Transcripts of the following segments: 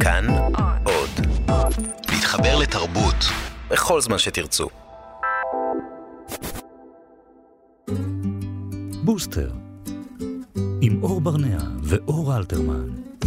כאן עוד. להתחבר לתרבות בכל זמן שתרצו. בוסטר עם אור ברנע ואור אלתרמן.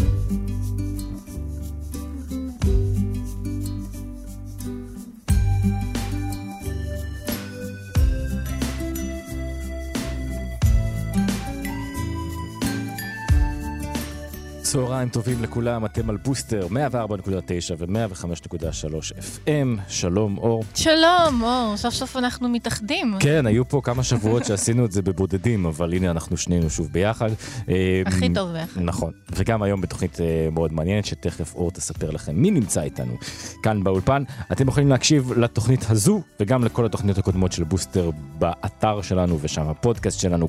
צהריים טובים לכולם, אתם על בוסטר 104.9 ו-105.3 FM. שלום אור. שלום אור, סוף סוף אנחנו מתאחדים. כן, היו פה כמה שבועות שעשינו את זה בבודדים, אבל הנה אנחנו שנינו שוב ביחד. הכי טוב ביחד. נכון, וגם היום בתוכנית מאוד מעניינת שתכף אור תספר לכם מי נמצא איתנו כאן באולפן. אתם יכולים להקשיב לתוכנית הזו וגם לכל התוכניות הקודמות של בוסטר באתר שלנו ושם הפודקאסט שלנו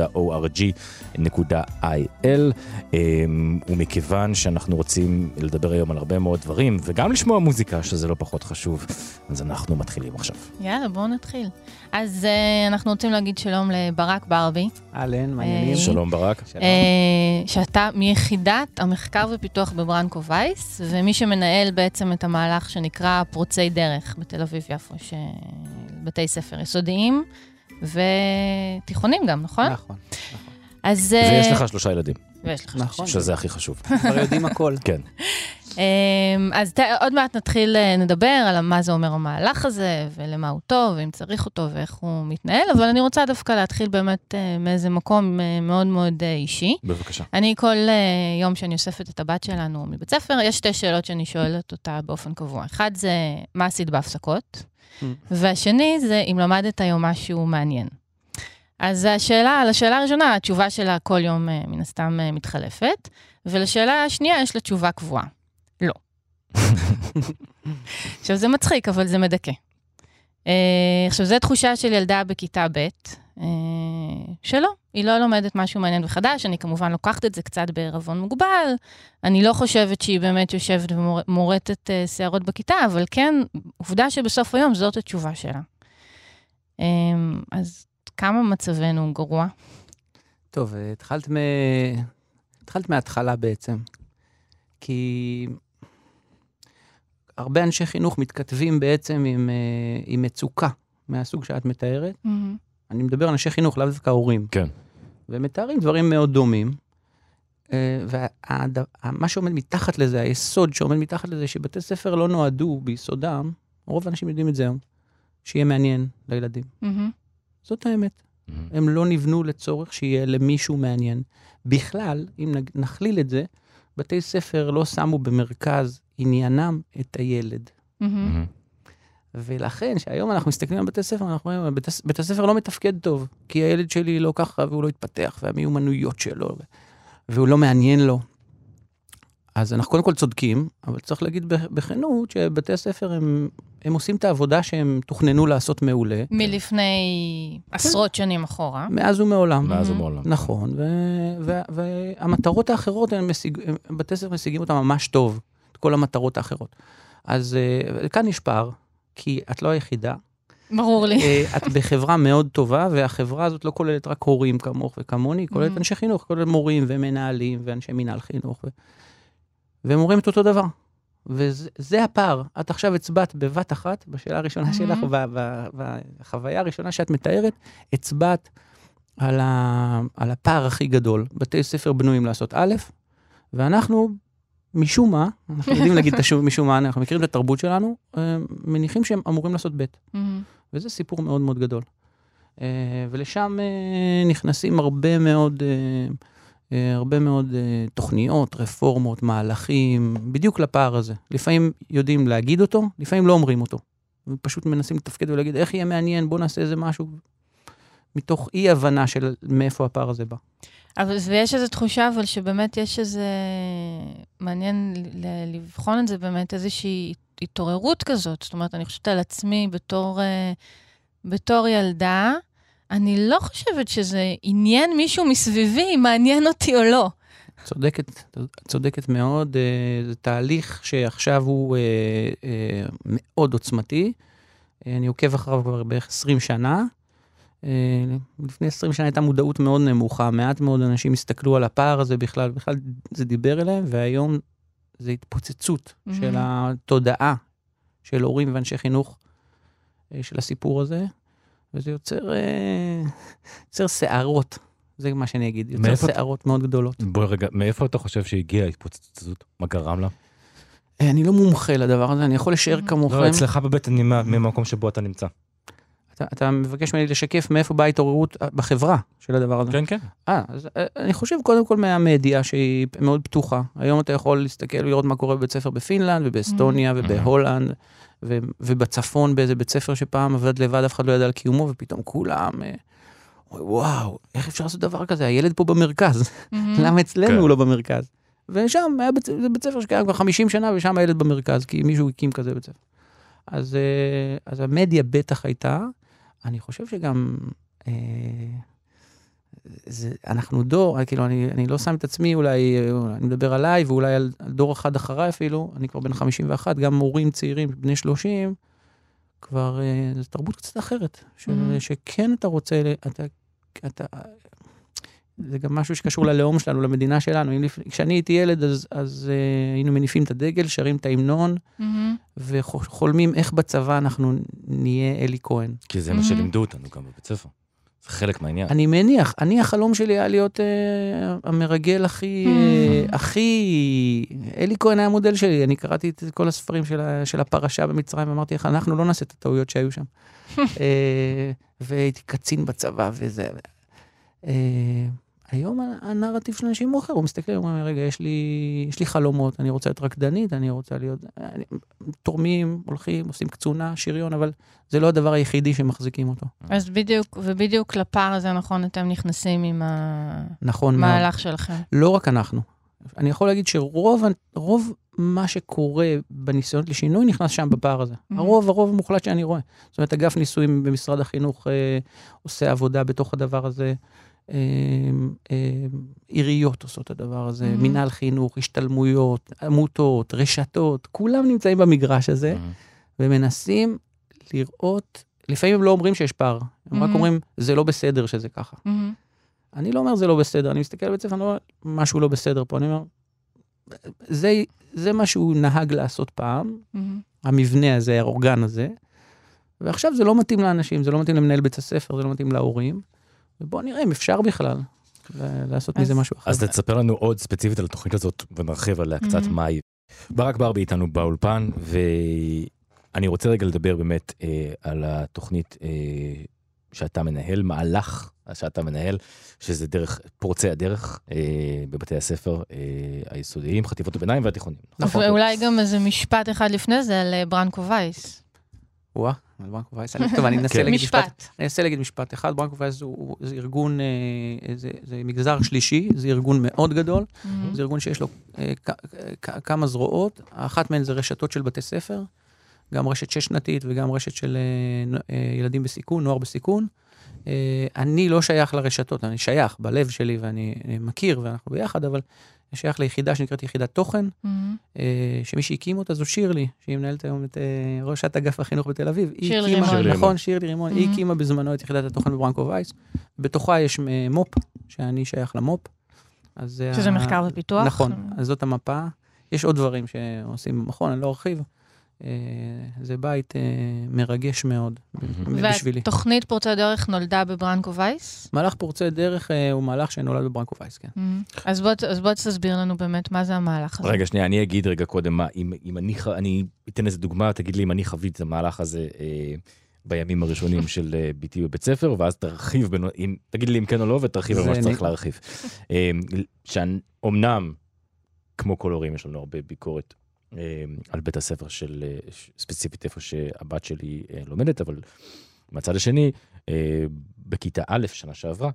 כאן.org.il. ומכיוון שאנחנו רוצים לדבר היום על הרבה מאוד דברים, וגם לשמוע מוזיקה, שזה לא פחות חשוב, אז אנחנו מתחילים עכשיו. יאללה, בואו נתחיל. אז אנחנו רוצים להגיד שלום לברק ברבי. אהלן, מעניינים. שלום ברק. שאתה מיחידת המחקר ופיתוח בברנקו וייס, ומי שמנהל בעצם את המהלך שנקרא פורצי דרך בתל אביב יפו, בתי ספר יסודיים ותיכונים גם, נכון? נכון. אז ויש לך 3 ילדים. ויש לך נכון. שזה הכי חשוב. כבר יודעים הכל. כן. אז עוד מעט נתחיל לדבר על מה זה אומר המהלך הזה, ולמה הוא טוב, ואם צריך אותו, ואיך הוא מתנהל, אבל אני רוצה דווקא להתחיל באמת מאיזה מקום מאוד מאוד אישי. בבקשה. אני כל יום שאני אוספת את הבת שלנו מבית ספר, יש 2 שאלות שאני שואלת אותה באופן קבוע. אחד זה, מה עשית בהפסקות? והשני זה, אם למדת היום משהו מעניין. אז על השאלה הראשונה, התשובה שלה כל יום מן הסתם מתחלפת, ולשאלה השנייה יש לה תשובה קבועה. לא. עכשיו זה מצחיק, אבל זה מדכא. עכשיו זו תחושה של ילדה בכיתה ב' שלא, היא לא לומדת משהו מעניין וחדש, אני כמובן לוקחת את זה קצת בערבון מוגבל, אני לא חושבת שהיא באמת יושבת ומורטת שערות בכיתה, אבל כן, עובדה שבסוף היום זאת התשובה שלה. אז כמה מצבנו גרוע? טוב, התחלת מההתחלה בעצם. כי הרבה אנשי חינוך מתכתבים בעצם עם מצוקה מהסוג שאת מתארת. אני מדבר על אנשי חינוך, לאו דווקא הורים. כן. ומתארים דברים מאוד דומים. ומה שעומד מתחת לזה, היסוד שעומד מתחת לזה, שבתי ספר לא נועדו ביסודם, רוב האנשים יודעים את זה היום, שיהיה מעניין לילדים. זאת האמת. הם לא נבנו לצורך שיהיה למישהו מעניין. בכלל, אם נכליל את זה, בתי ספר לא שמו במרכז עניינם את הילד. ולכן, שהיום אנחנו מסתכלים על בתי ספר, אנחנו רואים, בית הספר לא מתפקד טוב, כי הילד שלי לא ככה, והוא לא התפתח, והמיומנויות שלו, והוא לא מעניין לו. אז אנחנו קודם כל צודקים, אבל צריך להגיד בכנות שבתי הספר הם עושים את העבודה שהם תוכננו לעשות מעולה. מלפני עשרות שנים אחורה. מאז ומעולם. מאז ומעולם. נכון, והמטרות האחרות, בתי הספר משיגים אותם ממש טוב, את כל המטרות האחרות. אז כאן יש פער, כי את לא היחידה. ברור לי. את בחברה מאוד טובה, והחברה הזאת לא כוללת רק הורים כמוך וכמוני, כוללת אנשי חינוך, כוללת מורים ומנהלים ואנשי מנהל חינוך והם אומרים את אותו דבר. וזה הפער. את עכשיו הצבעת בבת אחת, בשאלה הראשונה שלך, והחוויה הראשונה שאת מתארת, הצבעת על הפער הכי גדול. בתי ספר בנויים לעשות א', ואנחנו, משום מה, אנחנו יודעים להגיד משום מה, אנחנו מכירים את התרבות שלנו, מניחים שהם אמורים לעשות ב'. וזה סיפור מאוד מאוד גדול. ולשם נכנסים הרבה מאוד תוכניות, רפורמות, מהלכים, בדיוק לפער הזה. לפעמים יודעים להגיד אותו, לפעמים לא אומרים אותו. ופשוט מנסים לתפקד ולהגיד, איך יהיה מעניין, בוא נעשה איזה משהו, מתוך אי הבנה של מאיפה הפער הזה בא. אבל ויש איזו תחושה, אבל שבאמת יש איזה, מעניין לבחון את זה באמת, איזושהי התעוררות כזאת. זאת אומרת, אני חושבת על עצמי בתור ילדה, אני לא חושבת שזה עניין מישהו מסביבי, מעניין אותי או לא. צודקת מאוד. זה תהליך שעכשיו הוא מאוד עוצמתי. אני עוקב אחריו כבר בערך 20 שנה. לפני 20 שנה הייתה מודעות מאוד נמוכה, מעט מאוד אנשים הסתכלו על הפער הזה בכלל זה דיבר אליהם, והיום זה התפוצצות של התודעה של הורים ואנשי חינוך של הסיפור הזה, וזה יוצר שערות, זה מה שאני אגיד, יוצר שערות מאוד גדולות. בואי רגע, מאיפה אתה חושב שהגיעה ההתפוצצות? מה גרם לה? אני לא מומחה לדבר הזה, אני יכול לשער כמוכם. לא, אצלך בבטן ממקום שבו אתה נמצא. אתה מבקש ממני לשקף מאיפה באה התעוררות בחברה של הדבר הזה. כן, כן. אז אני חושב קודם כל מהמדיה שהיא מאוד פתוחה. היום אתה יכול להסתכל ולראות מה קורה בבית ספר בפינלנד ובאסטוניה ובהולנד ובצפון באיזה בית ספר שפעם עבד לבד, אף אחד לא ידע על קיומו, ופתאום כולם, וואו, איך אפשר לעשות דבר כזה? הילד פה במרכז. למה אצלנו הוא לא במרכז? ושם זה בית ספר שקיים כבר 50 שנה, ושם הילד במרכז, כי מישהו הקים כזה בית ספר. אז המדיה בטח הייתה, אני חושב שגם, אנחנו דור, כאילו אני לא שם את עצמי, אולי אני מדבר עליי, ואולי על דור אחד אחריי אפילו, אני כבר בן 51, גם מורים צעירים, בני 30, כבר, זו תרבות קצת אחרת, שכן אתה רוצה, זה גם משהו שקשור ללאום שלנו, למדינה שלנו. כשאני הייתי ילד, אז היינו מניפים את הדגל, שרים את ההמנון, וחולמים איך בצבא אנחנו נהיה אלי כהן. כי זה מה שלימדו אותנו גם בבית ספר. זה חלק מהעניין. אני מניח, החלום שלי היה להיות המרגל הכי... אלי כהן היה המודל שלי, אני קראתי את כל הספרים של הפרשה במצרים, ואמרתי איך אנחנו לא נעשה את הטעויות שהיו שם. והייתי קצין בצבא וזה... היום הנרטיב של אנשים הוא אחר, הוא מסתכל, הוא אומר, רגע, יש לי חלומות, אני רוצה להיות רקדנית, אני רוצה להיות... תורמים, הולכים, עושים קצונה, שריון, אבל זה לא הדבר היחידי שמחזיקים אותו. אז בדיוק לפער הזה, נכון, אתם נכנסים עם נכון, המהלך שלכם. לא רק אנחנו. אני יכול להגיד שרוב מה שקורה בניסיונות לשינוי נכנס שם בפער הזה. הרוב המוחלט שאני רואה. זאת אומרת, אגף ניסויים במשרד החינוך עושה עבודה בתוך הדבר הזה, עיריות עושות את הדבר הזה, מנהל חינוך, השתלמויות, עמותות, רשתות, כולם נמצאים במגרש הזה, ומנסים לראות, לפעמים הם לא אומרים שיש פער, הם רק אומרים, זה לא בסדר שזה ככה. אני לא אומר זה לא בסדר, אני מסתכל בבית ספר, אני לא אומר, משהו לא בסדר פה, אני אומר, זה מה שהוא נהג לעשות פעם, המבנה הזה, האורגן הזה, ועכשיו זה לא מתאים לאנשים, זה לא מתאים למנהל בית הספר, זה לא מתאים להורים, ובואו נראה אם אפשר בכלל לעשות מזה משהו אחר. אז תספר לנו עוד ספציפית על התוכנית הזאת, ונרחיב עליה קצת מה היא. ברק ברבי איתנו באולפן, ואני רוצה רגע לדבר באמת על התוכנית שאתה מנהל, מהלך שאתה מנהל, שזה דרך, פורצי הדרך בבתי הספר היסודיים, חטיבות הביניים והתיכונים. ואולי גם איזה משפט אחד לפני זה על ברנקו וייס. וואה, על ברנקו וייס. טוב, אני אנסה להגיד משפט אחד. ברנקו וייס זה ארגון, זה מגזר שלישי, זה ארגון מאוד גדול, זה ארגון שיש לו כמה זרועות, אחת מהן זה רשתות של בתי ספר, גם רשת 6-שנתית וגם רשת של ילדים בסיכון, נוער בסיכון. אני לא שייך לרשתות, אני שייך בלב שלי ואני מכיר ואנחנו ביחד, אבל אני שייך ליחידה שנקראת יחידת תוכן, שמי שהקים אותה זו שירלי, שהיא מנהלת היום את ראשת אגף החינוך בתל אביב. שירלי רימון. נכון, שירלי רימון. היא הקימה בזמנו את יחידת התוכן בברנקו וייס. בתוכה יש מופ, שאני שייך למופ. שזה מחקר ופיתוח. נכון, אז זאת המפה. יש עוד דברים שעושים במכון, אני לא ארחיב. זה בית מרגש מאוד בשבילי. והתוכנית פורצי דרך נולדה בברנקו וייס? מהלך פורצי דרך הוא מהלך שנולד בברנקו וייס, כן. אז בוא תסביר לנו באמת מה זה המהלך הזה. רגע, שנייה, אני אגיד רגע קודם מה, אם אני אתן איזה דוגמה, תגיד לי אם אני חוויתי את המהלך הזה בימים הראשונים של ביתי בבית ספר, ואז תרחיב, תגיד לי אם כן או לא, ותרחיב על מה שצריך להרחיב. שאומנם, כמו כל הורים, יש לנו הרבה ביקורת על בית הספר של ספציפית איפה שהבת שלי לומדת, אבל מהצד השני, בכיתה א' שנה שעברה,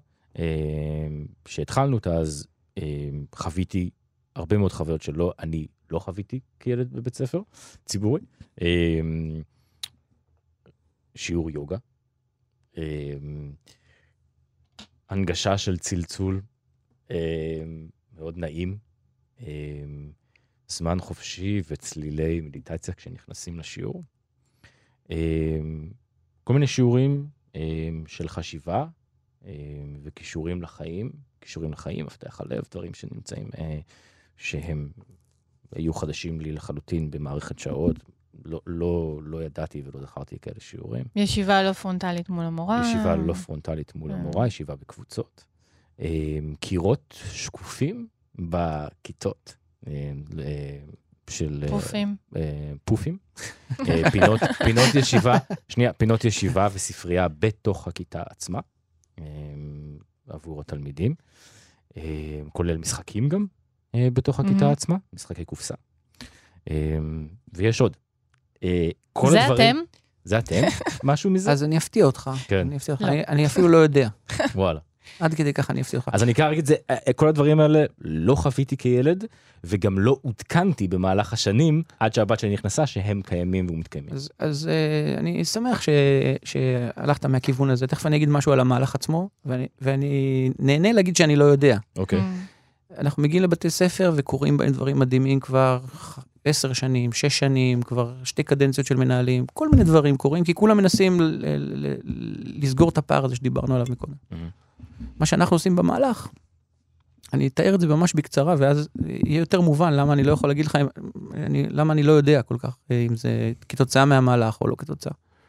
שהתחלנו אותה, אז חוויתי הרבה מאוד חוויות שלא, אני לא חוויתי כילד בבית ספר ציבורי. שיעור יוגה, הנגשה של צלצול, מאוד נעים, זמן חופשי וצלילי מדיטציה כשנכנסים לשיעור. כל מיני שיעורים של חשיבה וקישורים לחיים, מפתח הלב, דברים שנמצאים שהם היו חדשים לי לחלוטין במערכת שעות, לא ידעתי ולא זכרתי כאלה שיעורים. ישיבה לא פרונטלית מול המורה. ישיבה לא פרונטלית מול המורה, ישיבה בקבוצות. קירות שקופים בכיתות של... פופים. פינות ישיבה וספרייה בתוך הכיתה עצמה, עבור התלמידים, כולל משחקים גם בתוך הכיתה עצמה, משחקי קופסה. ויש עוד. זה אתם? זה אתם? משהו מזה? אז אני אפתיע אותך. כן. אני אפילו לא יודע. וואלה. עד כדי ככה אני אפתיע אותך. אז אני אקרא את זה, כל הדברים האלה לא חוויתי כילד, וגם לא עודכנתי במהלך השנים, עד שהבת שלי נכנסה, שהם קיימים ומתקיימים. אז אני שמח שהלכת מהכיוון הזה. תכף אני אגיד משהו על המהלך עצמו, ואני נהנה להגיד שאני לא יודע. אוקיי. אנחנו מגיעים לבתי ספר וקוראים בהם דברים מדהימים כבר 10 שנים, 6 שנים, כבר 2 קדנציות של מנהלים, כל מיני דברים קורים, כי כולם מנסים לסגור את הפער הזה שדיברנו עליו מקודם. מה שאנחנו עושים במהלך, אני אתאר את זה ממש בקצרה, ואז יהיה יותר מובן למה אני לא יכול להגיד לך, למה אני לא יודע כל כך, אם זה כתוצאה מהמהלך או לא כתוצאה.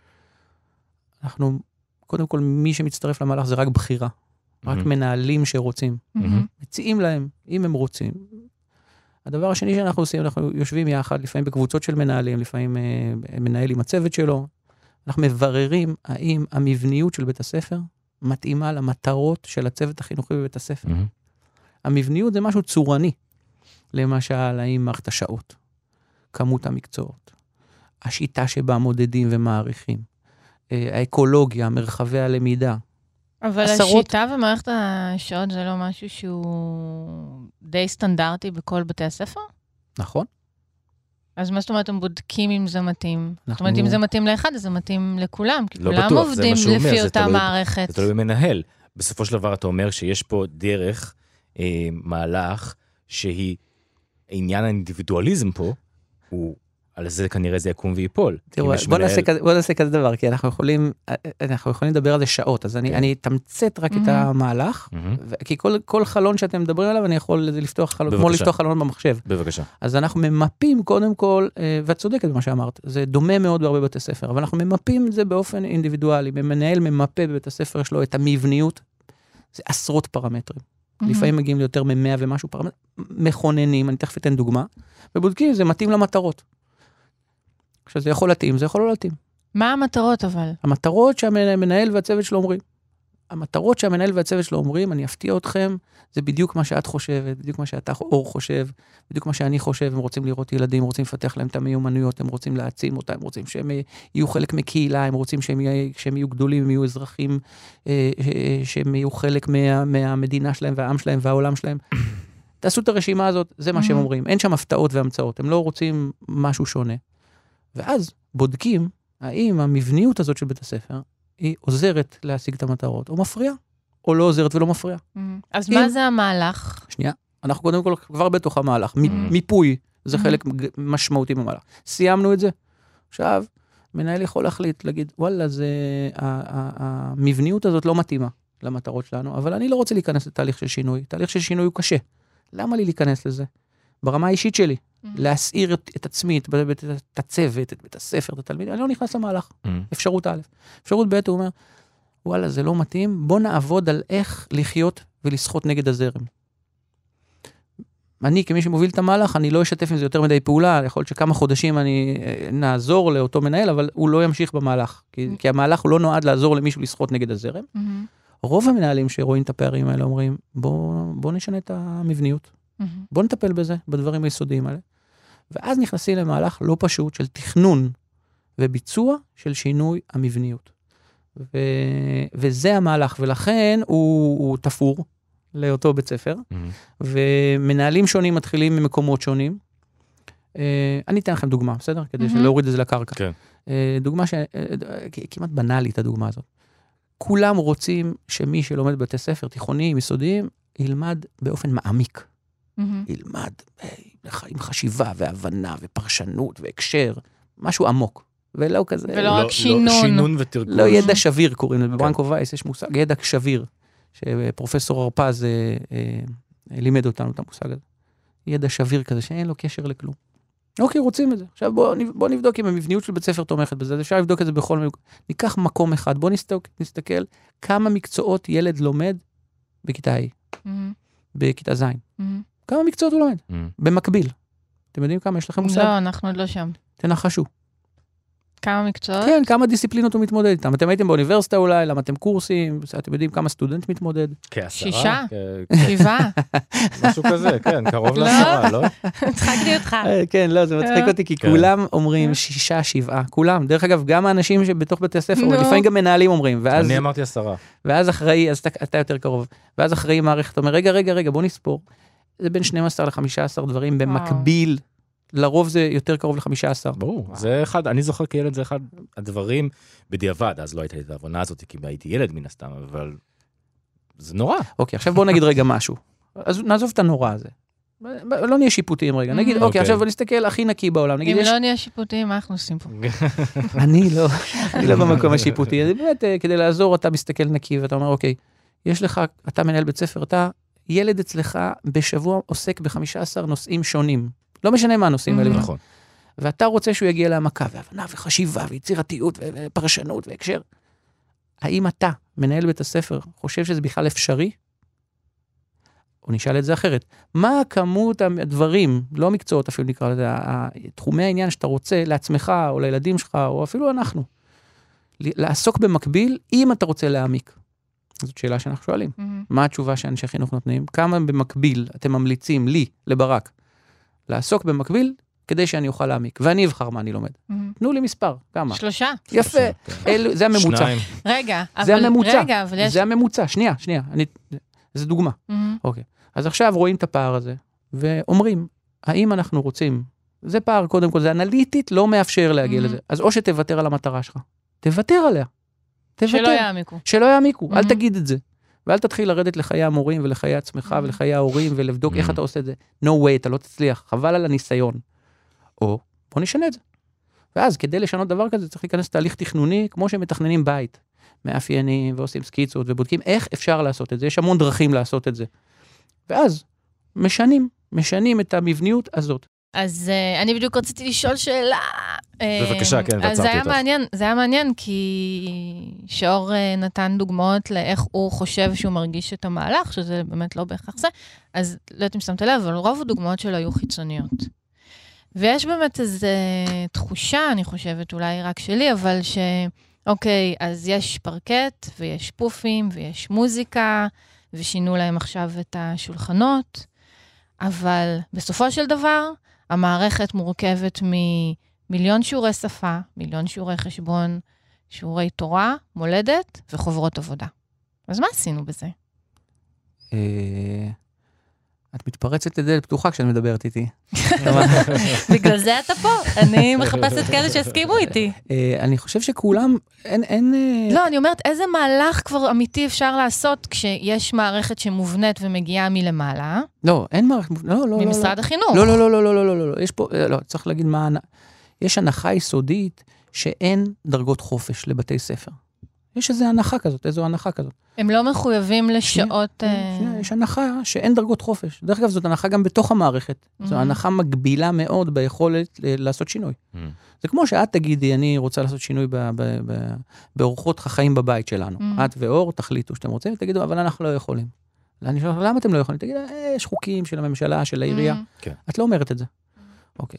אנחנו, קודם כל, מי שמצטרף למהלך זה רק בחירה, רק מנהלים שרוצים. מציעים להם, אם הם רוצים. הדבר השני שאנחנו עושים, אנחנו יושבים יחד, לפעמים בקבוצות של מנהלים, לפעמים מנהל עם הצוות שלו, אנחנו מבררים האם המבניות של בית הספר מתאימה למטרות של הצוות החינוכי בבית הספר. המבניות זה משהו צורני, למשל, האם מערכת השעות, כמות המקצועות, השיטה שבה מודדים ומעריכים, האקולוגיה, מרחבי הלמידה. אבל השיטה ומערכת השעות זה לא משהו שהוא די סטנדרטי בכל בתי הספר? נכון. אז מה זאת אומרת, הם בודקים אם זה מתאים? זאת אומרת, אם זה מתאים לאחד, אז זה מתאים לכולם, כי כולם עובדים לפי אותה מערכת. זה תלוי במנהל. בסופו של דבר אתה אומר שיש פה דרך, מהלך, שהיא, עניין האינדיבידואליזם פה, הוא, על זה כנראה זה יקום ויפול. תראו, בוא נעשה כזה דבר, כי אנחנו יכולים לדבר על זה שעות, אז אני אתמצת רק את המהלך, כי כל חלון שאתם מדברים עליו, אני יכול לפתוח חלון, כמו לפתוח חלון במחשב. בבקשה. אז אנחנו ממפים קודם כל, ואת צודקת במה שאמרת, זה דומה מאוד בהרבה בתי ספר, אבל אנחנו ממפים את זה באופן אינדיבידואלי, מנהל ממפה בבית הספר שלו את המבניות, זה עשרות פרמטרים. לפעמים מגיעים ליותר מ-100 ומשהו פרמטרים, מכוננים, אני תכף אתן דוגמה, ובודקים, זה מתאים למטרות. כשזה יכול להתאים, זה יכול לא להתאים. מה המטרות אבל? המטרות שהמנהל והצוות שלו אומרים. המטרות שהמנהל והצוות שלו אומרים, אני אפתיע אתכם, זה בדיוק מה שאת חושבת, בדיוק מה שאתה אור חושב, בדיוק מה שאני חושב, הם רוצים לראות ילדים, רוצים לפתח להם את המיומנויות, הם רוצים להעצים אותם, הם רוצים שהם יהיו חלק מקהילה, הם רוצים שהם יהיו גדולים, הם יהיו אזרחים, שהם יהיו חלק מהמדינה שלהם והעם שלהם והעולם שלהם. תעשו את הרשימה הזאת, זה מה שהם אומרים. אין שם הפתעות והמצאות, הם לא רוצים משהו שונה. ואז בודקים האם המבניות הזאת של בית הספר היא עוזרת להשיג את המטרות, או מפריעה, או לא עוזרת ולא מפריעה. אז מה זה המהלך? שנייה, אנחנו קודם כל כבר בתוך המהלך. מיפוי זה חלק משמעותי במהלך. סיימנו את זה. עכשיו, מנהל יכול להחליט, להגיד, וואלה, המבניות הזאת לא מתאימה למטרות שלנו, אבל אני לא רוצה להיכנס לתהליך של שינוי. תהליך של שינוי הוא קשה. למה לי להיכנס לזה? ברמה האישית שלי. להסעיר את עצמי, את הצוות, את בית הספר, את התלמיד, אני לא נכנס למהלך. אפשרות א'. אפשרות ב' הוא אומר, וואלה, זה לא מתאים, בוא נעבוד על איך לחיות ולשחות נגד הזרם. אני, כמי שמוביל את המהלך, אני לא אשתף עם זה יותר מדי פעולה, יכול להיות שכמה חודשים אני נעזור לאותו מנהל, אבל הוא לא ימשיך במהלך, כי המהלך הוא לא נועד לעזור למישהו לשחות נגד הזרם. רוב המנהלים שרואים את הפערים האלה אומרים, בוא נשנה את המבניות. בוא נטפל בזה, בדברים היסודיים האלה. ואז נכנסים למהלך לא פשוט של תכנון וביצוע של שינוי המבניות. וזה המהלך, ולכן הוא תפור לאותו בית ספר, ומנהלים שונים מתחילים ממקומות שונים. אני אתן לכם דוגמה, בסדר? כדי שלהוריד את זה לקרקע. דוגמה כמעט בנאלית, הדוגמה הזאת. כולם רוצים שמי שלומד בבתי ספר תיכוניים, יסודיים, ילמד באופן מעמיק. ילמד עם חשיבה והבנה ופרשנות והקשר, משהו עמוק, ולא כזה. ולא רק שינון ותרגול. לא ידע שביר קוראים לזה, בברנקו וייס יש מושג, ידע שביר, שפרופסור הרפז לימד אותנו את המושג הזה. ידע שביר כזה, שאין לו קשר לכלום. אוקיי, רוצים את זה. עכשיו בוא נבדוק אם המבניות של בית ספר תומכת בזה, אפשר לבדוק את זה בכל מקום. ניקח מקום אחד, בוא נסתכל כמה מקצועות ילד לומד בכיתה A, בכיתה ז'. כמה מקצועות הוא לומד? במקביל. אתם יודעים כמה? יש לכם מושג? לא, אנחנו עוד לא שם. תנחשו. כמה מקצועות? כן, כמה דיסציפלינות הוא מתמודד איתם. אתם הייתם באוניברסיטה אולי, למדתם קורסים, אתם יודעים כמה סטודנט מתמודד? 6? 7? משהו כזה, כן, קרוב ל10, לא? הצחקתי אותך. כן, לא, זה מצחיק אותי, כי כולם אומרים 6, 7, כולם. דרך אגב, גם האנשים שבתוך בתי הספר, לפעמים גם מנהלים אומרים. אני אמרתי 10. ואז אחראי, אז אתה יותר קרוב. ואז אחראי מערכת, אומר, רגע, בוא נספור. זה בין 12 ל-15 דברים במקביל. לרוב זה יותר קרוב ל-15. ברור, זה אחד, אני זוכר כילד, זה אחד הדברים בדיעבד, אז לא הייתה לי את ההבנה הזאת, כי הייתי ילד מן הסתם, אבל זה נורא. אוקיי, עכשיו בוא נגיד רגע משהו. אז נעזוב את הנורא הזה. לא נהיה שיפוטיים רגע. נגיד, אוקיי, עכשיו בוא נסתכל הכי נקי בעולם. אם לא נהיה שיפוטיים, מה אנחנו עושים פה? אני לא במקום השיפוטי. זה באמת, כדי לעזור, אתה מסתכל נקי, ואתה אומר, אוקיי, יש לך, אתה מנהל בית ספר, אתה ילד אצלך בשבוע עוסק ב-15 נושאים שונים. לא משנה מה הנושאים האלה. נכון. ואתה רוצה שהוא יגיע להעמקה, והבנה וחשיבה, ויצירתיות, ופרשנות, והקשר. האם אתה, מנהל בית הספר, חושב שזה בכלל אפשרי? או נשאל את זה אחרת. מה כמות הדברים, לא מקצועות אפילו נקרא לזה, תחומי העניין שאתה רוצה לעצמך, או לילדים שלך, או אפילו אנחנו, לעסוק במקביל, אם אתה רוצה להעמיק. זאת שאלה שאנחנו שואלים. מה התשובה שאנשי חינוך נותנים? כמה במקביל אתם ממליצים לי, לברק, לעסוק במקביל, כדי שאני אוכל להעמיק, ואני אבחר מה אני לומד. תנו לי מספר, כמה? 3. יפה, זה הממוצע. 2. רגע, זה הממוצע, אבל יש... זה הממוצע, שנייה, זה דוגמה. אוקיי, אז עכשיו רואים את הפער הזה, ואומרים, האם אנחנו רוצים, זה פער קודם כל, זה אנליטית, לא מאפשר להגיע לזה, אז או שתוותר על המטרה שלך, תוותר עליה. שלא יעמיקו, אל תגיד את זה. ואל תתחיל לרדת לחיי המורים ולחיי עצמך ולחיי ההורים ולבדוק איך אתה עושה את זה. No way, אתה לא תצליח, חבל על הניסיון. או, בוא נשנה את זה. ואז כדי לשנות דבר כזה צריך להיכנס תהליך תכנוני, כמו שמתכננים בית. מאפיינים ועושים סקיצות ובודקים איך אפשר לעשות את זה. יש המון דרכים לעשות את זה. ואז משנים את המבניות הזאת. אז אני בדיוק רציתי לשאול שאלה. בבקשה, כן, אז זה היה מעניין, כי שאור נתן דוגמאות לאיך הוא חושב שהוא מרגיש את המהלך, שזה באמת לא בהכרח זה, אז לא יודעת אם שמת לב, אבל רוב הדוגמאות שלו היו חיצוניות. ויש באמת איזו תחושה, אני חושבת, אולי רק שלי, אבל אוקיי, אז יש פרקט, ויש פופים, ויש מוזיקה, ושינו להם עכשיו את השולחנות, אבל בסופו של דבר, המערכת מורכבת ממיליון שיעורי שפה, מיליון שיעורי חשבון, שיעורי תורה, מולדת וחוברות עבודה. אז מה עשינו בזה? את מתפרצת לדלת פתוחה כשאת מדברת איתי. בגלל זה אתה פה. אני מחפשת כאלה שהסכימו איתי. אני חושב שכולם, אין... לא, אני אומרת, איזה מהלך כבר אמיתי אפשר לעשות כשיש מערכת שמובנית ומגיעה מלמעלה? לא, אין מערכת מובנית. ממשרד החינוך. לא. יש פה, לא, צריך להגיד מה... יש הנחה יסודית שאין דרגות חופש לבתי ספר. יש איזו הנחה כזאת. הם לא מחויבים לשעות... יש הנחה שאין דרגות חופש. דרך אגב, זאת הנחה גם בתוך המערכת. זו הנחה מגבילה מאוד ביכולת לעשות שינוי. זה כמו שאת תגידי, אני רוצה לעשות שינוי באורחות החיים בבית שלנו. את ואור תחליטו שאתם רוצים, תגידו, אבל אנחנו לא יכולים. אני שואל, למה אתם לא יכולים? תגידו, יש חוקים של הממשלה, של העירייה. את לא אומרת את זה. אוקיי.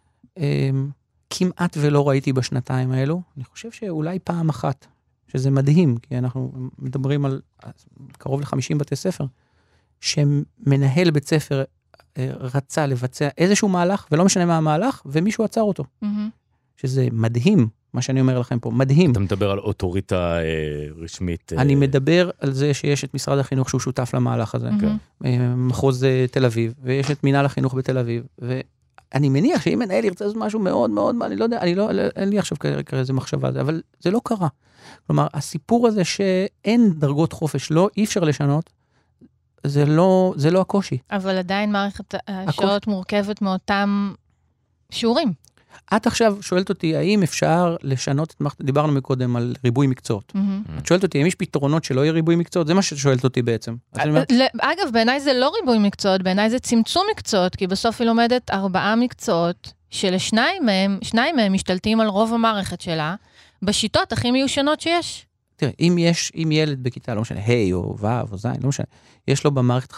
כמעט ולא ראיתי בשנתיים האלו. אני חושב שאולי פעם אחת. שזה מדהים, כי אנחנו מדברים על קרוב ל-50 בתי ספר, שמנהל בית ספר רצה לבצע איזשהו מהלך, ולא משנה מה המהלך, ומישהו עצר אותו. שזה מדהים, מה שאני אומר לכם פה, מדהים. אתה מדבר על אוטוריטה רשמית. אני מדבר על זה שיש את משרד החינוך שהוא שותף למהלך הזה, מחוז תל אביב, ויש את מינהל החינוך בתל אביב, אני מניח שאם מנהל ירצה לעשות משהו מאוד מאוד, אני לא יודע, אין לי עכשיו כרגע איזה מחשבה, אבל זה לא קרה. כלומר, הסיפור הזה שאין דרגות חופש, אי אפשר לשנות, זה לא הקושי. אבל עדיין מערכת השעות מורכבת מאותם שיעורים. את עכשיו שואלת אותי, האם אפשר לשנות את מערכת, דיברנו מקודם על ריבוי מקצועות. את שואלת אותי, האם יש פתרונות שלא יהיה ריבוי מקצועות? זה מה שאת שואלת אותי בעצם. אגב, בעיניי זה לא ריבוי מקצועות, בעיניי זה צמצום מקצועות, כי בסוף היא לומדת 4 מקצועות, שלשניים מהם משתלטים על רוב המערכת שלה, בשיטות הכי מיושנות שיש. תראה, אם ילד בכיתה, לא משנה, ה' או ו' או ז', לא משנה, יש לו במערכת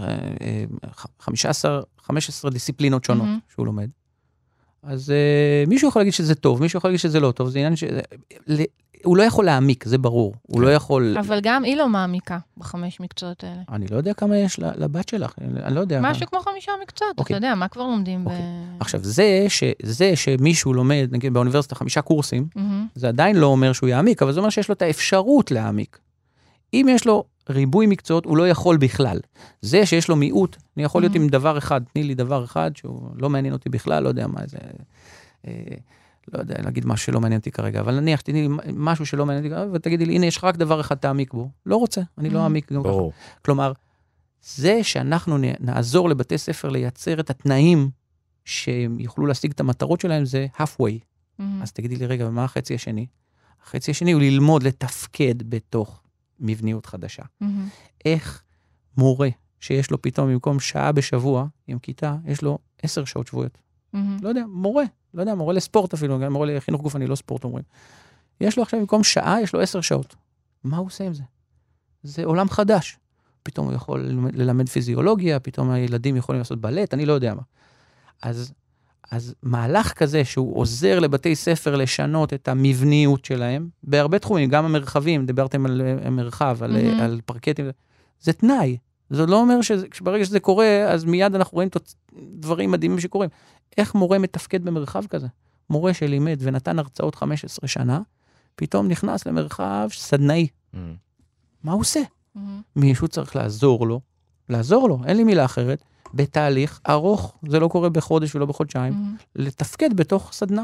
15 דיסציפלינות שונות שהוא לומד. אז מישהו יכול להגיד שזה טוב, מישהו יכול להגיד שזה לא טוב, זה עניין הוא לא יכול להעמיק, זה ברור. הוא לא יכול... אבל גם היא לא מעמיקה ב5 מקצועות האלה. אני לא יודע כמה יש לבת שלך, אני לא יודע. משהו כמו 5 מקצועות, אתה יודע, מה כבר לומדים ב... עכשיו, זה שמישהו לומד, נגיד באוניברסיטה 5 קורסים, זה עדיין לא אומר שהוא יעמיק, אבל זה אומר שיש לו את האפשרות להעמיק. אם יש לו ריבוי מקצועות, הוא לא יכול בכלל. זה שיש לו מיעוט, אני יכול להיות עם דבר אחד, תני לי דבר אחד שהוא לא מעניין אותי בכלל, לא יודע מה זה... לא יודע, להגיד משהו שלא מעניין אותי כרגע, אבל נניח, תני לי משהו שלא מעניין אותי כרגע, ותגידי לי, הנה, יש רק דבר אחד תעמיק בו. לא רוצה, אני לא אעמיק גם ככה. כלומר, זה שאנחנו נעזור לבתי ספר לייצר את התנאים שהם יוכלו להשיג את המטרות שלהם, זה halfway. אז תגידי לי, רגע, ומה החצי השני? החצי השני הוא ללמוד לתפקד בתוך מבניות חדשה. איך מורה שיש לו פתאום במקום שעה בשבוע עם כיתה, יש לו 10 שעות שבועיות. לא יודע, מורה לספורט אפילו, מורה לחינוך גופני, לא ספורט אומרים. יש לו עכשיו במקום שעה, יש לו 10 שעות. מה הוא עושה עם זה? זה עולם חדש. פתאום הוא יכול ללמד פיזיולוגיה, פתאום הילדים יכולים לעשות בלט, אני לא יודע מה. אז מהלך כזה שהוא עוזר לבתי ספר לשנות את המבניות שלהם, בהרבה תחומים, גם המרחבים, דיברתם על מרחב, על פרקטים, זה תנאי. זה לא אומר שברגע שזה קורה, אז מיד אנחנו רואים דברים מדהימים שקורים. איך מורה מתפקד במרחב כזה? מורה שלימד ונתן הרצאות 15 שנה, פתאום נכנס למרחב סדנאי. מה הוא עושה? מישהו צריך לעזור לו, אין לי מילה אחרת, בתהליך ארוך, זה לא קורה בחודש ולא בחודשיים, לתפקד בתוך סדנה,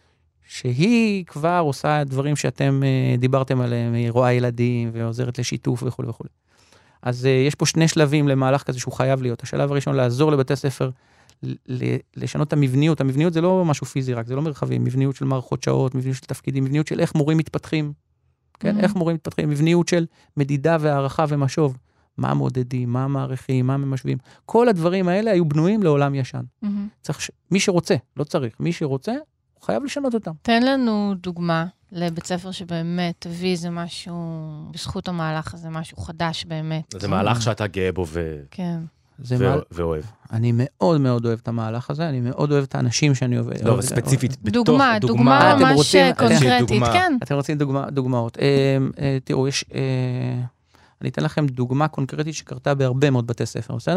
שהיא כבר עושה דברים שאתם דיברתם עליהם, היא רואה ילדים ועוזרת לשיתוף וכו' וכו'. אז יש פה 2 שלבים למהלך כזה שהוא חייב להיות. השלב הראשון, לעזור לבתי ספר לשנות את המבניות. המבניות זה לא משהו פיזי רק, זה לא מרחבים, מבניות של מערכות שעות, מבניות של תפקידים, מבניות של איך מורים מתפתחים. כן, איך מורים מתפתחים, מבניות של מדידה והערכה ומשוב. מה מודדים, מה מעריכים, מה ממשווים. כל הדברים האלה היו בנויים לעולם ישן. צריך, מי שרוצה, לא צריך, מי שרוצה, הוא חייב לשנות אותם. תן לנו דוגמה לבית ספר שבאמת הביא זה משהו, בזכות המהלך הזה, משהו חדש באמת. זה מהלך שאתה גאה בו ואוהב. אני מאוד מאוד אוהב את המהלך הזה, אני מאוד אוהב את האנשים שאני אוהב. לא, ספציפית, דוגמה ממש קונקרטית, כן. אתם רוצים דוגמאות. תראו, אני אתן לכם דוגמה קונקרטית שקרתה בהרבה מאוד בתי ספר, בסדר?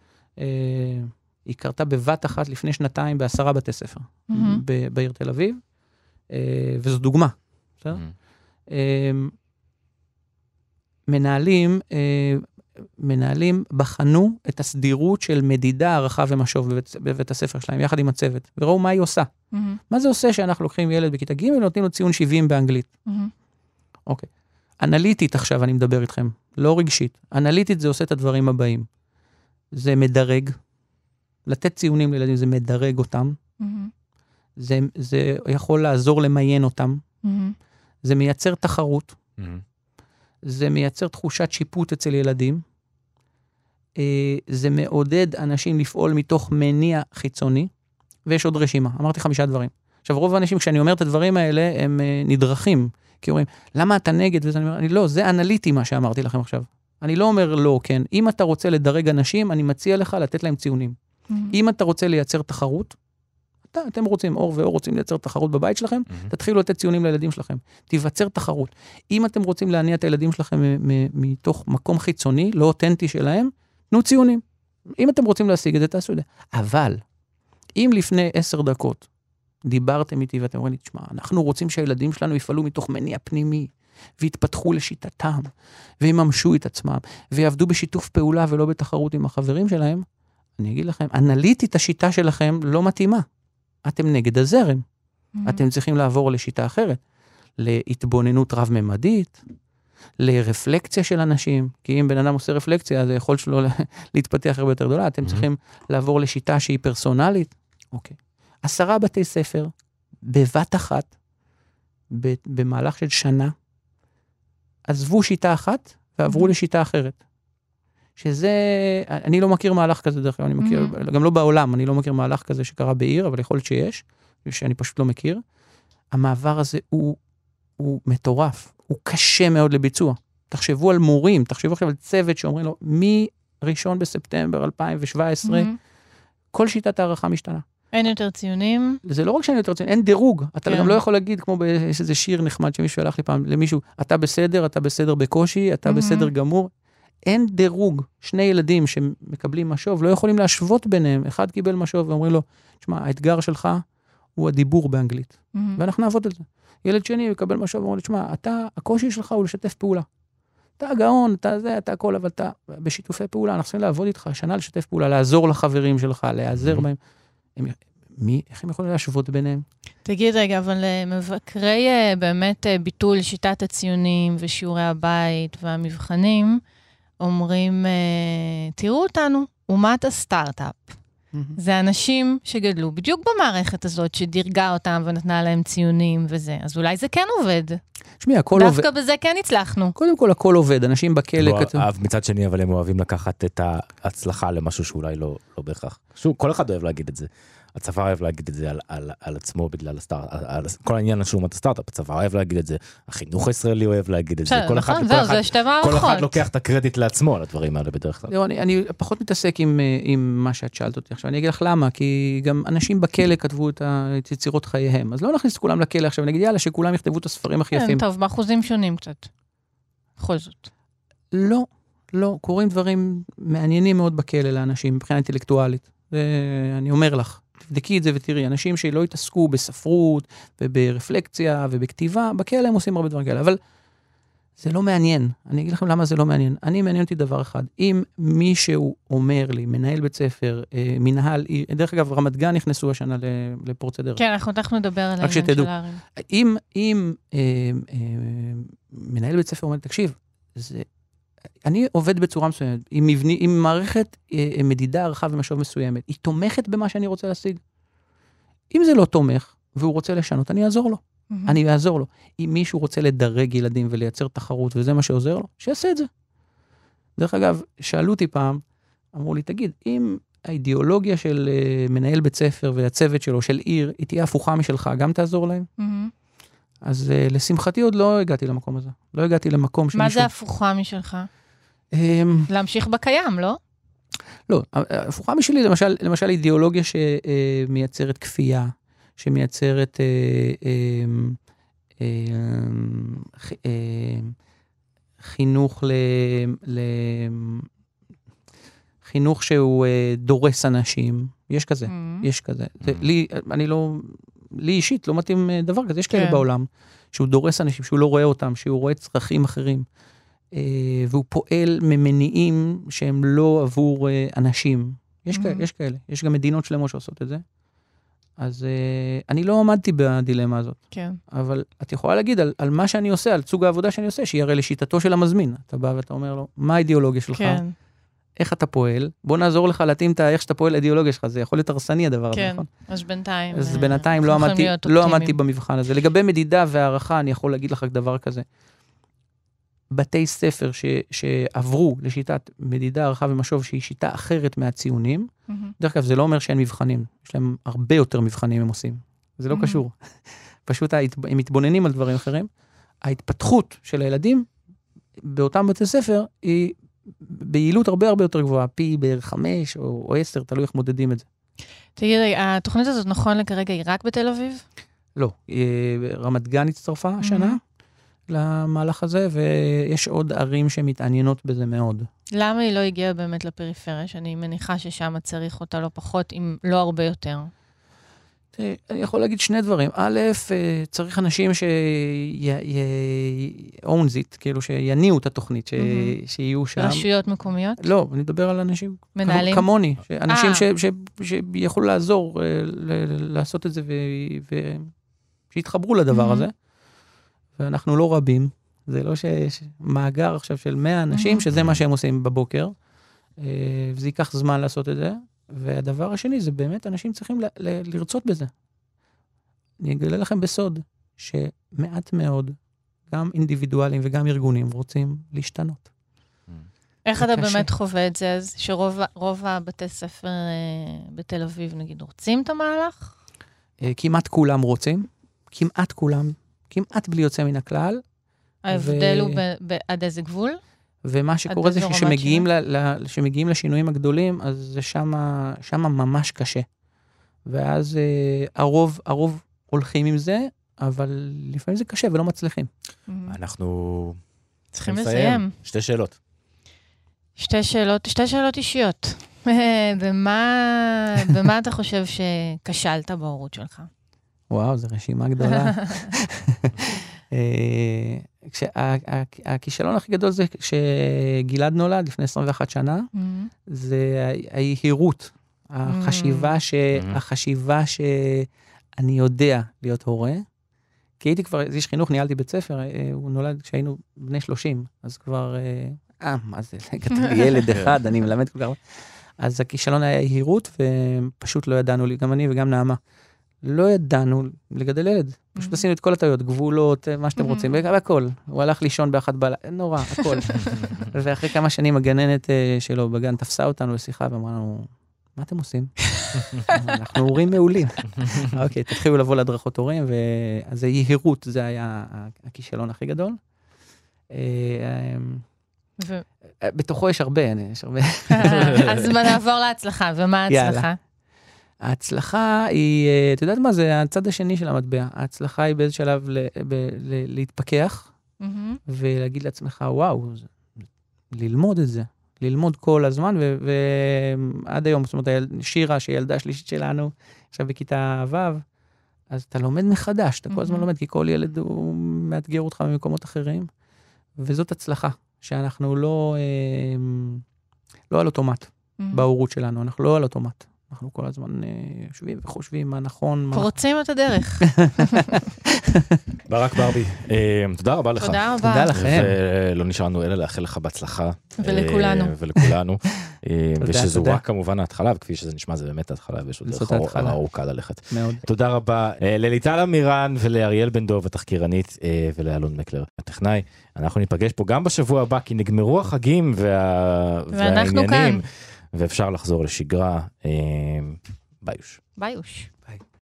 היא קרתה בבת אחת לפני 2 ב10 בתי ספר, בעיר תל אביב, וזו דוגמה, בסדר? מנהלים בחנו את הסדירות של מדידה, הערכה ומשוב בבית הספר שלהם, יחד עם הצוות, וראו מה היא עושה. מה זה עושה שאנחנו לוקחים ילד בכיתה ג' ונותנים לו ציון 70 באנגלית? אוקיי. אנליטית עכשיו אני מדבר איתכם, לא רגשית. אנליטית זה עושה את הדברים הבאים. זה מדרג, לתת ציונים לילדים זה מדרג אותם, זה יכול לעזור למיין אותם, זה מייצר תחרות, זה מייצר תחושת שיפוט אצל ילדים, זה מעודד אנשים לפעול מתוך מניע חיצוני, ויש עוד רשימה, אמרתי 5 דברים. עכשיו רוב האנשים כשאני אומר את הדברים האלה, הם נדרכים, כי אומרים, למה אתה נגד? וזה, אני לא, זה אנליטי מה שאמרתי לכם עכשיו. אני לא אומר לא, כן. אם אתה רוצה לדרג אנשים, אני מציע לך לתת להם ציונים. אם אתה רוצה לייצר תחרות, אתם רוצים, אור ואור רוצים לייצר תחרות בבית שלכם, תתחילו לתת ציונים לילדים שלכם. תיווצר תחרות. אם אתם רוצים להניע את הילדים שלכם מתוך מקום חיצוני, לא אותנטי שלהם, תנו ציונים. אם אתם רוצים להשיג את זה, תעשו את זה. אבל, אם לפני 10 דקות, דיברתם איתי ואתם אומרים לי, תשמע, אנחנו רוצים שהילדים שלנו יפעלו מתוך מניע פנימי, ויתפתחו לשיטתם, ויממשו את עצמם, ויעבדו בשיתוף פעולה ולא בתחרות עם החברים שלהם, אני אגיד לכם, אנליטית השיטה שלכם לא מתאימה. אתם נגד הזרם. אתם צריכים לעבור לשיטה אחרת, להתבוננות רב-ממדית, לרפלקציה של אנשים, כי אם בן אדם עושה רפלקציה, אז היכול שלו להתפתח הרבה יותר גדולה, אתם צריכים לעבור לשיטה שהיא פרסונלית. אוקיי. 10 בתי ספר בבת אחת, במהלך של שנה, עזבו שיטה אחת, ועברו לשיטה אחרת. שזה, אני לא מכיר מהלך כזה דרך כלל, אני מכיר, גם לא בעולם, אני לא מכיר מהלך כזה שקרה בעיר, אבל יכול להיות שיש, שאני פשוט לא מכיר. המעבר הזה הוא מטורף, הוא קשה מאוד לביצוע. תחשבו על מורים, תחשבו עכשיו על צוות שאומרים לו, מ-1 בספטמבר 2017, כל שיטת הערכה משתנה. אין יותר ציונים. זה לא רק שאין יותר ציונים, אין דירוג. אתה גם לא יכול להגיד, כמו באיזה שיר נחמד שמישהו הלך לי פעם למישהו, אתה בסדר בקושי, אתה בסדר גמור. אין דירוג. שני ילדים שמקבלים משוב, לא יכולים להשוות ביניהם. אחד קיבל משוב ואומרים לו, תשמע, האתגר שלך הוא הדיבור באנגלית. ואנחנו נעבוד על זה. ילד שני יקבל משוב ואומר לו, תשמע, הקושי שלך הוא לשתף פעולה. אתה הגאון, אתה הכל, אבל אתה בשיתופי פעולה, אנחנו צריכים לעבוד איתך, שנה לשתף פעולה, לעזור לחברים שלך, להיעזר בהם. איך הם יכולים להשוות ביניהם? תגיד רגע, אבל מבקרי באמת ביטול שיטת הציונים ושיעורי הבית והמבחנים, אומרים, תראו אותנו, אומת הסטארט-אפ. זה אנשים שגדלו בדיוק במערכת הזאת, שדירגה אותם ונתנה להם ציונים וזה. אז אולי זה כן עובד. שמי, הכל עובד. דווקא בזה כן הצלחנו. קודם כל, הכל עובד. אנשים בכלא... מצד שני, אבל הם אוהבים לקחת את ההצלחה למשהו שאולי לא בהכרח. כל אחד אוהב להגיד את זה. הצבא אוהב להגיד את זה על עצמו בגלל כל העניין של אומת הסטארט-אפ. הצבא אוהב להגיד את זה. החינוך הישראלי אוהב להגיד את זה. נכון, זה שתי מערכות. כל אחד לוקח את הקרדיט לעצמו על הדברים האלה בדרך כלל. אני פחות מתעסק עם מה שאת שאלת אותי עכשיו. אני אגיד לך למה, כי גם אנשים בכלא כתבו את יצירות חייהם. אז לא נכניס כולם לכלא עכשיו, נגיד יאללה, שכולם יכתבו את הספרים הכי יפים. טוב, באחוזים שונים קצת. בכל זאת. לא, קורים דברים מעניינים מאוד בכלא לאנשים, מבחינה אינטלקטואלית. אני אומר לך. תבדקי את זה ותראי, אנשים שלא התעסקו בספרות וברפלקציה ובכתיבה, בכלא הם עושים הרבה דברים כאלה, אבל זה לא מעניין. אני אגיד לכם למה זה לא מעניין. אני מעניין אותי דבר אחד. אם מישהו אומר לי, מנהל בית ספר, מנהל, דרך אגב, רמת גן נכנסו השנה לפורצי דרך. כן, אנחנו נדבר על העניין של הערים. אם מנהל בית ספר אומר, תקשיב, אני עובד בצורה מסוימת, עם מערכת מדידה, הערכה ומשוב מסוימת, היא תומכת במה שאני רוצה להשיג. אם זה לא תומך, והוא רוצה לשנות, אני אעזור לו. אני אעזור לו. אם מישהו רוצה לדרג ילדים ולייצר תחרות, וזה מה שעוזר לו, שיעשה את זה. דרך אגב, שאלו אותי פעם, אמרו לי, תגיד, אם האידיאולוגיה של מנהל בית ספר והצוות שלו, של עיר, היא תהיה הפוכה משלך, גם תעזור להם? אז לשמחתי עוד לא הגעתי למקום הזה. לא הגעתי למקום שמישהו... מה זה הפוכה משלך? להמשיך בקיים, לא? לא, הפוכה משלי, למשל אידיאולוגיה שמייצרת כפייה, שמייצרת חינוך חינוך שהוא דורס אנשים. יש כזה, יש כזה. לי אישית לא מתאים דבר כזה, יש כאלה בעולם, שהוא דורס אנשים, שהוא לא רואה אותם, שהוא רואה צרכים אחרים, והוא פועל ממניעים שהם לא עבור אנשים. יש כאלה, יש גם מדינות שלמות שעושות את זה. אז אני לא עמדתי בדילמה הזאת. כן. אבל את יכולה להגיד על מה שאני עושה, על סוג העבודה שאני עושה, שהיא הרי לשיטתו של המזמין. אתה בא ואתה אומר לו, מה האידיאולוגיה שלך? כן. איך אתה פועל? בוא נעזור לך להתאים את איך שאתה פועל לאידיאולוגיה שלך. זה יכול להיות הרסני הדבר הזה, נכון? כן, אז בינתיים. אז בינתיים לא עמדתי במבחן הזה. לגבי מדידה והערכה, אני יכול להגיד לך דבר כזה. בתי ספר שעברו לשיטת מדידה, הערכה ומשוב, שהיא שיטה אחרת מהציונים, דרך כלל זה לא אומר שאין מבחנים. יש להם הרבה יותר מבחנים הם עושים. זה לא קשור. פשוט הם מתבוננים על דברים אחרים. ההתפתחות של הילדים באותם בתי ספר היא ביעילות הרבה הרבה יותר גבוהה, פי בערך 5 או 10, תלוי איך מודדים את זה. תגיד, התוכנית הזאת נכון לכרגע היא רק בתל אביב? לא, רמת גן הצטרפה השנה למהלך הזה, ויש עוד ערים שמתעניינות בזה מאוד. למה היא לא הגיעה באמת לפריפריה, שאני מניחה ששם צריך אותה לא פחות, אם לא הרבה יותר? אני יכול להגיד שני דברים. א', צריך אנשים own it, כאילו שיניעו את התוכנית, שיהיו שם. רשויות מקומיות? לא, אני מדבר על אנשים מנהלים? כמוני, אנשים שיכולו לעזור לעשות את זה, ושיתחברו לדבר הזה. ואנחנו לא רבים. זה לא שמאגר עכשיו של 100 אנשים, שזה מה שהם עושים בבוקר, וזה ייקח זמן לעשות את זה. והדבר השני זה באמת אנשים צריכים לרצות בזה. אני אגלה לכם בסוד, שמעט מאוד, גם אינדיבידואלים וגם ארגונים, רוצים להשתנות. איך אתה באמת חווה את זה, אז שרוב הבתי ספר בתל אביב, נגיד, רוצים את המהלך? כמעט כולם רוצים, כמעט כולם, כמעט בלי יוצא מן הכלל. ההבדל הוא עד איזה גבול? ומה שקורה זה שכשמגיעים לשינויים הגדולים, אז זה שמה ממש קשה. ואז הרוב הולכים עם זה, אבל לפעמים זה קשה ולא מצליחים. אנחנו צריכים לסיים. שתי שאלות. שתי שאלות אישיות. במה אתה חושב שכשלת בהורות שלך? וואו, זו רשימה גדולה. הכישלון הכי גדול זה כשגלעד נולד לפני 21 שנה, זה היהירות, החשיבה שאני יודע להיות הורה, כי הייתי כבר איש חינוך, ניהלתי בית ספר, הוא נולד כשהיינו בני 30, אז כבר, מה זה, ילד אחד, אני מלמד כל כך, אז הכישלון היה יהירות, ופשוט לא ידענו לי, גם אני וגם נעמה, לא ידענו לגדל ילד. פשוט עשינו את כל הטעויות, גבולות, מה שאתם רוצים, והכל. הוא הלך לישון באחת בלילה, נורא, הכל. ואחרי כמה שנים הגננת שלו בגן תפסה אותנו לשיחה, ואמרה לנו, מה אתם עושים? אנחנו הורים מעולים. אוקיי, תתחילו לבוא להדרכות הורים, אז היהירות, זה היה הכישלון הכי גדול. בתוכו יש הרבה, אז נעבור להצלחה, ומה ההצלחה? ההצלחה היא, אתה יודעת מה, זה הצד השני של המטבע. ההצלחה היא באיזה שלב להתפכח, ולהגיד לעצמך, וואו, ללמוד את זה. ללמוד כל הזמן, ועד היום, זאת אומרת, שירה, שהיא ילדה השלישית שלנו, עכשיו בכיתה ו', אז אתה לומד מחדש, אתה כל הזמן לומד, כי כל ילד הוא מאתגר אותך במקומות אחרים, וזאת הצלחה, שאנחנו לא על אוטומט בהורות שלנו, אנחנו לא על אוטומט. אנחנו כל הזמן יושבים וחושבים מה נכון. פורצים את הדרך. ברק ברבי, תודה רבה לך. תודה רבה. תודה לכם. ולא נשארנו אלא לאחל לך בהצלחה. ולכולנו. ושזו רק כמובן ההתחלה, וכפי שזה נשמע זה באמת ההתחלה, ויש עוד דרך ארוכה ללכת. מאוד. תודה רבה לליטל אמירן ולאריאל בן דוב התחקירנית, ולאלון מקלר הטכנאי. אנחנו ניפגש פה גם בשבוע הבא, כי נגמרו החגים והעניינים. ואפשר לחזור לשגרה. ביוש.